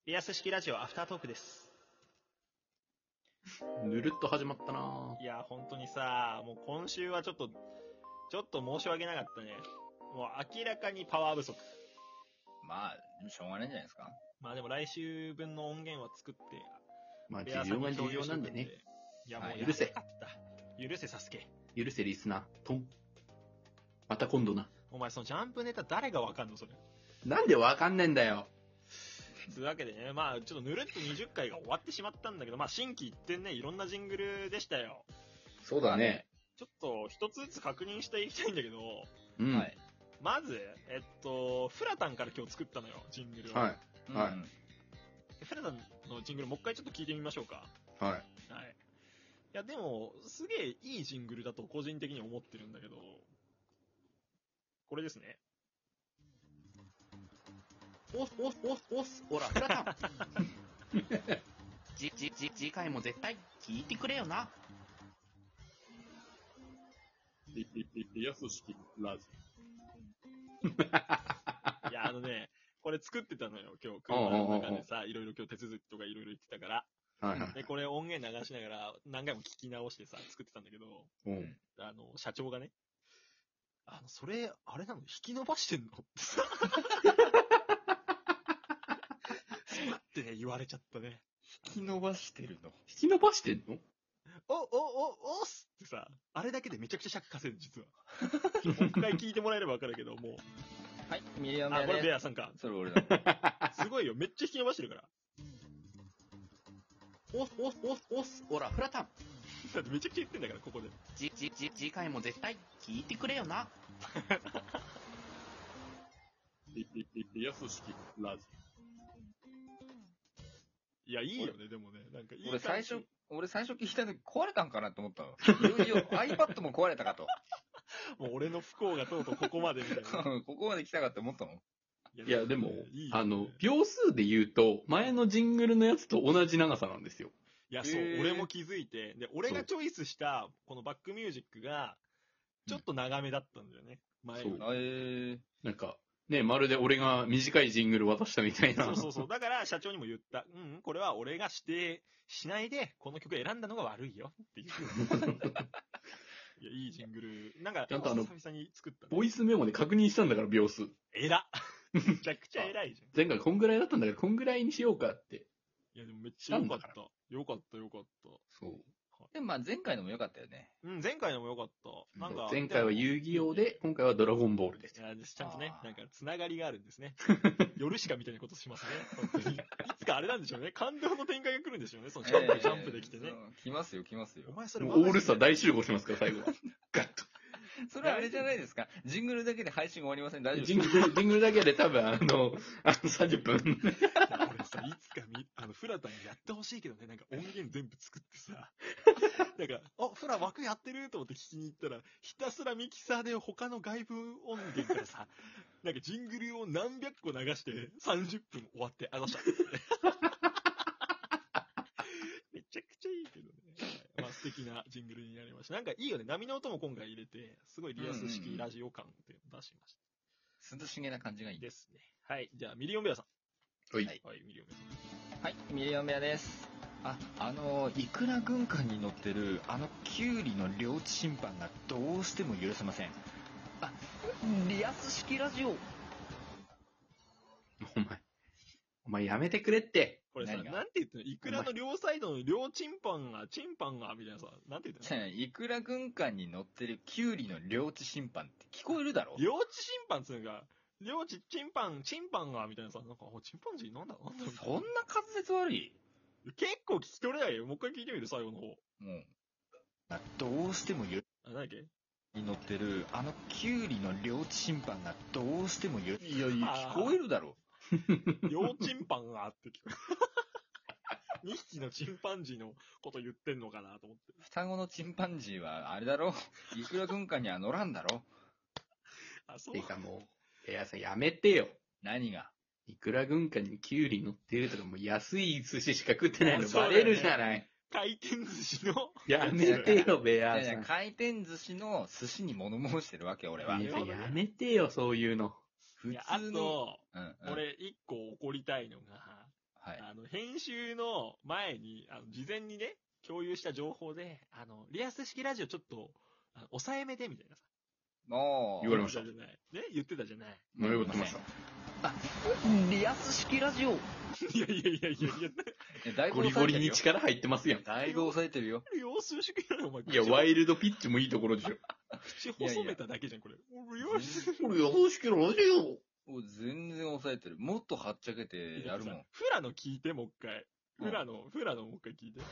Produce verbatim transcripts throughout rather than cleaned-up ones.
リアス式ラジオアフタートークです。 ぬるっと始まったなぁ。 いや、本当にさ、もう今週はちょっと、ちょっと申し訳なかったね。もう明らかにパワー不足。 まあ、しょうがないんじゃないですか。 まあでも来週分の音源は作って、 まあ、 ベアさんに事情が事共有しておく情なんでね。 いや、もうはいやばかった。許せ、サスケ。 許せリスナー。トン。また今度な。 お前そのジャンプネタ誰がわかんのそれ。 なんでわかんねえんだよ。 というわけでね、まあちょっとぬるっとにじゅっかいが終わってしまったんだけど、まあ新規一点ね、いろんなジングルでしたよ。 そうだね。 ちょっと一つずつ確認していきたいんだけど、 うん。 はい。 まず、えっと、フラタンから今日作ったのよ、ジングルを。 はい。はいうんフラタンのジングルもう一回ちょっと聞いてみましょうか。 はい。 はい。いや、でも、すげえいいジングルだと個人的に思ってるんだけど、これですね。 おす、おす、おす、おす、ほら、フラタン。じ、じ、じ、次回も絶対聞いてくれよな。 リ、リ、リ、リアス式ラジいや、あのね、これ作ってたのよ、今日。車の中でさ、いろいろ今日手続きとかいろいろ言ってたから。 はいはい。 で、これ音源流しながら何回も聞き直してさ、作ってたんだけど、 うん。 あの、社長がね、あの、それ、あれなの引き伸ばしてんのってさ、そうってね、言われちゃったね。 引き伸ばしてるの。 引き伸ばしてんのお、お、お、おっすってさ、あれだけでめちゃくちゃ尺稼いでる、実は。もう一回聞いてもらえればわかるけど、もう。 はい、ミリオンあ、 ベアこれベでアさんか。 す。それ俺だ。 すごいよ、めっちゃ引き伸ばしてるから。 おす、おす、おす、おす、ほら、フラタン。 だってめちゃくちゃ言ってんだから、ここで。 じ、じ、じ、次回も絶対聞いてくれよな。 リ、リ、リ、リアス式ラジいや、いいよね、でもね。なんかいい感じ。 俺最初、俺最初聞いた時壊れたんかなと思ったの。いよいよ iPad も壊れたかと。 もう俺の不幸がとうとうここまでみたいな。 ここまで来たかって思ったの。 いや、でも、 いいよねあの、秒数で言うと、前のジングルのやつと同じ長さなんですよ。 いや、そう、 へー俺も気づいて。で、俺がチョイスした、このバックミュージックが、ちょっと長めだったんだよね。前より。 そうえー。 なんか、ね、まるで俺が短いジングル渡したみたいな。 そうそうそう。だから、社長にも言った。うん、これは俺が指定しないで、この曲選んだのが悪いよ。っていう。いや、いいジングル。なんか、 ちゃんとあの久々に作ったね。 ボイスメモで確認したんだから、秒数。 偉っ。めちゃくちゃ偉いじゃん。 前回こんぐらいだったんだから、こんぐらいにしようかって。 いや、でもめっちゃ良かったなんだか。 よかったよかった。 そう。 でもまあ前回のも良かったよね。 うん、前回のも良かった。なんか。 前回は遊戯王で、今回はドラゴンボールです。 いや、ちゃんとねあ、ーなんか、つながりがあるんですね。夜しかみたいなことしますね。本当に。いつかあれなんでしょうね。感動の展開が来るんでしょうね。そのジャンプ、ジャンプできてね。 そう来ますよ、来ますよお。前それもうオールスター大集合しますから、最後は。ガッと。 それはあれじゃないですか。ジングルだけで配信終わりません。大丈夫ジングル、ジングルだけで多分、あの、あのさんじゅっぷん。 俺さ、いつかみ、あの、フラタンにやってほしいけどね、なんか音源全部作ってさ、なんか、あ、フラ枠やってると思って聞きに行ったら、ひたすらミキサーで他の外部音源からさ、なんかジングルを何百個流してさんじゅっぷん終わって、あのした。めちゃくちゃいいけどね。はい、まあ素敵なジングルになりました。なんかいいよね。波の音も今回入れて、すごいリアス式ラジオ感って出しました。 涼しげな感じがいい。 ですね。はい。じゃあ、ミリオンベアさん。 はい。 はいはい、ミリオンベアさん。 はい、ミリオンベアです。あ、あの、いくら軍艦に乗ってる、あのキュウリの領地審判がどうしても許せません。あ、リアス式ラジオ。 お前、お前やめてくれって。 これさ、 何がなんて言ってんのイクラの両サイドの両チンパンが、チンパンが、みたいなさ、なんて言ってんのいくら軍艦に乗ってるキュウリの領地審判って聞こえるだろ。 両地チンパンっつうのが、両地チンパン、チンパンが、みたいなさ、なんか、おチンパンジーなんだなんだみたいそんな滑舌悪い。 結構聞き取れないよ。もう一回聞いてみる、最後の方。 もう。あどうしてもゆあ、何だっけに乗ってる、あのキュウリの領地審判がどうしてもゆいやいや聞こえるだろ。 両チンパンがって聞こえにひきのチンパンジーのこと言ってんのかなと思って。 双子のチンパンジーはあれだろ。いくら軍艦には乗らんだろ。 あ、そうてかもう、エアさんやめてよ。 何が。 いくら軍艦にキュウリ乗ってるとか、もう安い寿司しか食ってないのバそうだよねレるじゃない。 回転寿司の、 やめてよ、ベいやいやアさん。 回転寿司の寿司に物申してるわけ、俺は。 いややめてよ、そういうの。 普いや、あ通の。 と、 うんうん、 俺一個怒りたいのが、 はい。 あの、編集の前に、あの、事前にね、共有した情報で、あの、リアス式ラジオちょっと、あの抑えめでみたいなさ。 ああ。 言われました言ってたじゃない。ね言ってたじゃない。 何を言ってましたリアス式ラジオ。 いやいやいやいやいや、 えだいぶゴリゴリに抑力入ってますやん。 えてるよ。だいぶ抑えてるよ。 リアス式ラジオ、お前。 いや、ワイルドピッチもいいところでしょ。 口細めただけじゃん、これ。リアスこれ優しくラジオ。 もう全然抑えてる。もっとはっちゃけてやるもん。 フラの聞いて、もう一回。 うんフラの、フラのもう一回聞いて。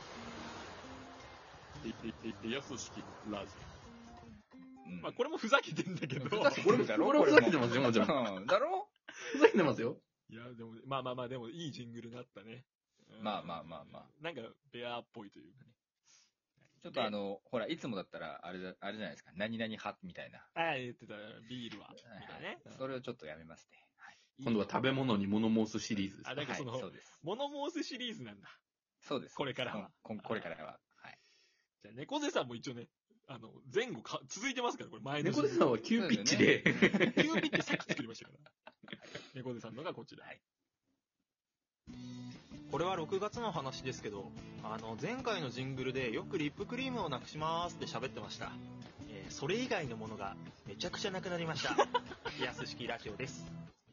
リアス式ラジうんまあ、これもふざけてんだけど。 ふざけてるだろこれもふざけてますよもちろんうんだろオ。ふざけてますよ。 いや、でも、まあまあまあ、でもいいジングルになったね。うんまあまあまあまあ。 なんか、ベアっぽいというかね。 ちょっとあの、ほら、いつもだったら、あれだ、あれじゃないですか。何々派みたいな。 ああ、言ってた、ビールは。みたいなね。 それをちょっとやめますね。はい。 いい今度は食べ物に物申すシリーズですあ、 か。 なんかその、 はい、そうです。 物申すシリーズなんだ。 そうです。 これからはこんこれからは。はい。 じゃあ、猫背さんも一応ね、あの、前後か、続いてますから、これ前の猫背さんは急ピッチで、 キューピってさっき作りましたから。猫背さんのがこちら。 はいこれはろくがつの話ですけど、あの前回のジングルでよくリップクリームをなくしますって喋ってました、えーそれ以外のものがめちゃくちゃなくなりましたリアス式ラジオです。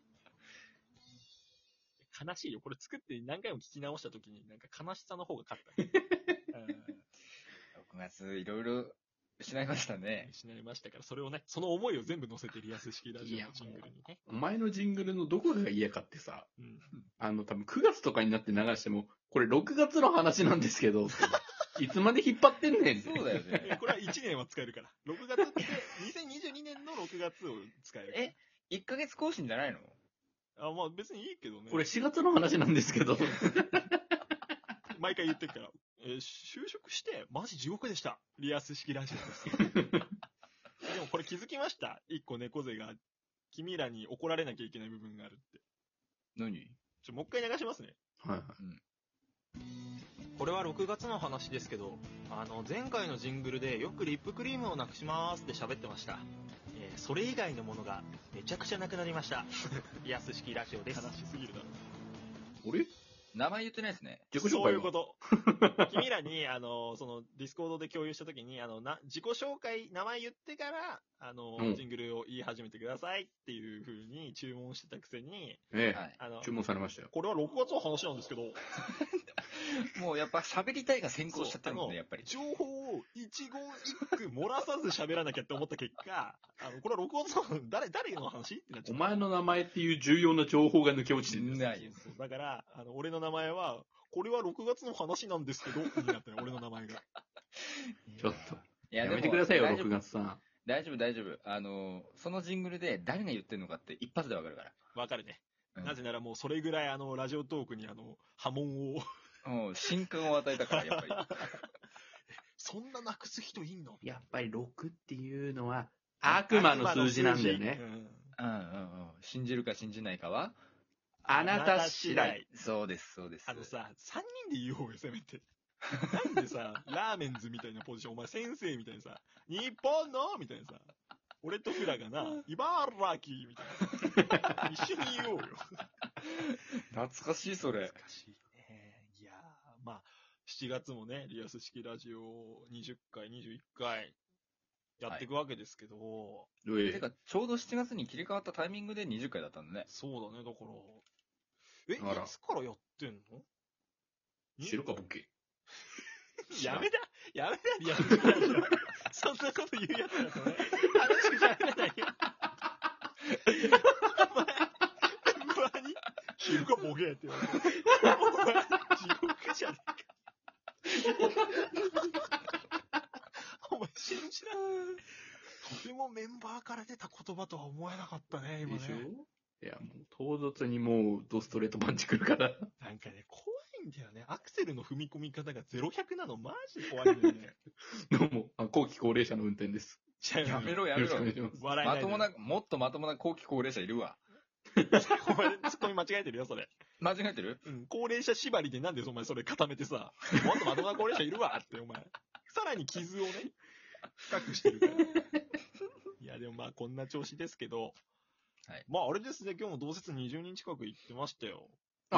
悲しいよ。これ作って何回も聞き直したときに、なんか悲しさの方が勝った。うんろくがつ、いろいろ失いましたね。 失いましたから、それをね、その思いを全部乗せてリアス式ラジオのジングルにね。 お前のジングルのどこが嫌かってさ、 うん。 あの、多分くがつとかになって流しても、これろくがつの話なんですけど、いつまで引っ張ってんねんって。 そうだよいやね。 これはいちねんは使えるから。ろくがつって、にせんにじゅうにねんのろくがつを使える。 え、いっかげつ更新じゃないの？ あ、まあ別にいいけどね。 これしがつの話なんですけど。 毎回言ってるから。えー就職して、マジ地獄でした。リアス式ラジオです。でもこれ気づきました一個猫背が、君らに怒られなきゃいけない部分があるって。 何？ ちょ、もう一回流しますね。 はいはい。 これはろくがつの話ですけど、あの前回のジングルでよくリップクリームをなくしますって喋ってました、えーそれ以外のものがめちゃくちゃなくなりましたリアス式ラジオです。 悲しすぎるだろ。 俺名前言ってないですね。 自己紹介はそういうこと。君らに、あの、その、ディスコードで共有したときに、あの、な、自己紹介、名前言ってから、あの、 うんジングルを言い始めてくださいっていう風に注文してたくせに、 えはい。 あのえ、注、文されましたよ。 これはろくがつの話なんですけど、 もうやっぱ喋りたいが先行しちゃってるもんね、 そうやっぱり。 情報を一言一句漏らさず喋らなきゃって思った結果、あの、これはろくがつの、誰、誰の話ってなっちゃおった。 前の名前っていう重要な情報が抜け落ちてるんです。 ないよ。 そうだから、あの、俺の名前は、これはろくがつの話なんですけど、になったよ、俺の名前が。 ちょっと。 いややめてくださいよ、 でもろくがつさん。 大丈夫、大丈夫。あの、そのジングルで誰が言ってるのかって一発でわかるから。 わかるね。 うんなぜならもうそれぐらいあの、ラジオトークにあの、波紋を、 うん、新刊を与えたから、やっぱり。 そんななくす人いんのやっぱりろくっていうのは、悪魔の数字なんだよね。 うんうんうんうん。信じるか信じないかはあなた次第。 そうです、そうです。 あのさ、さんにんで言おうよ、せめて。なんでさ、ラーメンズみたいなポジション、お前先生みたいなさ、日本のみたいなさ、俺とフラがな、茨城みたいな。一緒に言おうよ。 懐かしい、それ。 難しいね。いやー、まあ、しちがつもね、リアス式ラジオにじゅっかい、にじゅういっかいやっていくわけですけど、 えてか、ちょうどしちがつに切り替わったタイミングでにじゅっかいだったんだね。 そうだね、だから、え、 あらいつからやってんのえ。知るか、ボケ。 やめだやめだリアス式ラジオ。そんなこと言うやつだとね、楽しく喋れないよ。お前、不安に、知るかボケって言われて。お前、地獄じゃねえか。お前、信じらん。とてもメンバーから出た言葉とは思えなかったね、今ね。 でしょいや、もう、唐突にもう、ドストレートパンチ来るから。 なんかね、怖いんだよね。アクセルの踏み込み方がゼロひゃくなの、マジで怖いんだよね。 どうも、あ後期高齢者の運転です。 やめろ、やめろよろしくお。願いします。 笑えないで。 まともな、もっとまともな後期高齢者いるわ。 お前、ツッコミ間違えてるよ、それ。 間違えてる？ うん、高齢者縛りでなんでお前それ固めてさ、もっとまともな高齢者いるわって、お前。さらに傷をね、深くしてるから。いや、でもまあ、こんな調子ですけど、 はいまあ、あれですね、今日も同説にじゅうにん近く行ってましたよ。 あね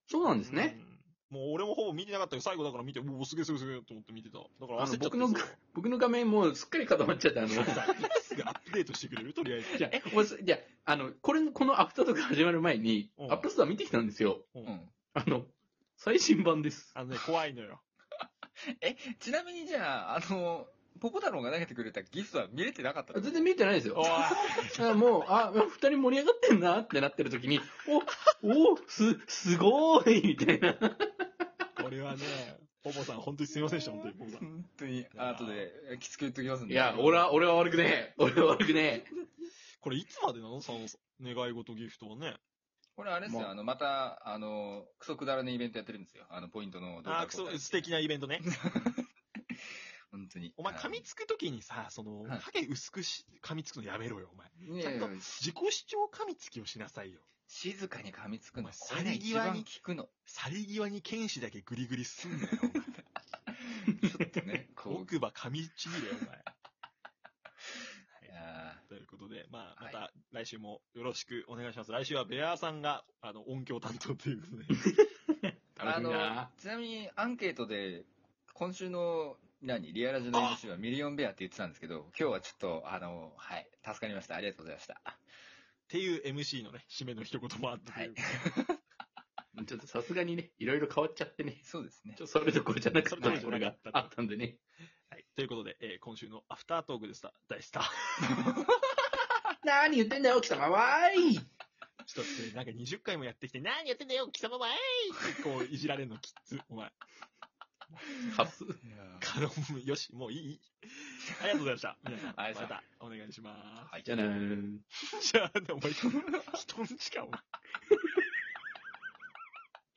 そうなんですね。 うんもう俺もほぼ見てなかったけど、最後だから見て、おお、すげえすげえすげえと思って見てた。だからあの、 焦っちゃって僕の、 さ僕の画面もうすっかり固まっちゃって、あの、 すぐアップデートしてくれるとりあえず。 じゃあ、もうすじゃあ、あの、これ、このアフタートーク始まる前に、 うんアップストア見てきたんですよ。 うんうん。 あの、最新版です。 あのね、怖いのよ。 え、ちなみにじゃあ、あの、ポコ太郎が投げてくれたギフトは見れてなかったの全然見てないですよ。 おい。 あもう、あ、二人盛り上がってんなってなってる時に、お、お、す、すごーいみたいな。 これはね、ポポさん、本当にすみませんでした、本当に。ポポさん。 本当に、後で、きつく言っときますんで。 いや、俺は、俺は悪くねえ。俺は悪くねえ。 これいつまでなのその、願い事ギフトはね。 これあれですよ、 まああの、また、あの、クソくだらねイベントやってるんですよ。あの、ポイントの動画あー、くそ、素敵なイベントね。 本当に。 お前、噛みつくときにさ、その、 はい影薄くし噛みつくのやめろよ、お前。 いやいやちゃんと自己主張噛みつきをしなさいよ。 静かに噛みつくの。 お前これが一番効くの。 去り際に剣士だけグリグリすんなよ、お前。 ちょっとね、こう。 奥歯噛みちぎれよ、お前。 いやということで、まあ、まはいた来週もよろしくお願いします。来週はベアーさんが、あの、音響担当ということで。 ーあのな、 ちなみにアンケートで、今週の、何リアラジオの エムシー はミリオンベアって言ってたんですけど、今日はちょっと、あの、はい、助かりました。ありがとうございました。 っていう エムシー のね、締めの一言もあったという。 はい。 ちょっとさすがにね、いろいろ変わっちゃってね。 そうですねちょ。っとそれどころじゃなかったそれどころじゃこれがなかったあったんでね。 はい。ということで、えー今週のアフタートークでした。大スター。 何言ってんだよ、貴様わーい。 ちょっと待って、なんかにじゅっかいもやってきて、何やってんだよ、貴様ばいってこう、いじられるのきつ。お前。 はす。 頼む。よし、もういい。ありがとうございました。皆さん、 ありがとうございましたまたお願いします。 はいじゃあなー。 じゃあ、お前、人んちか、お前。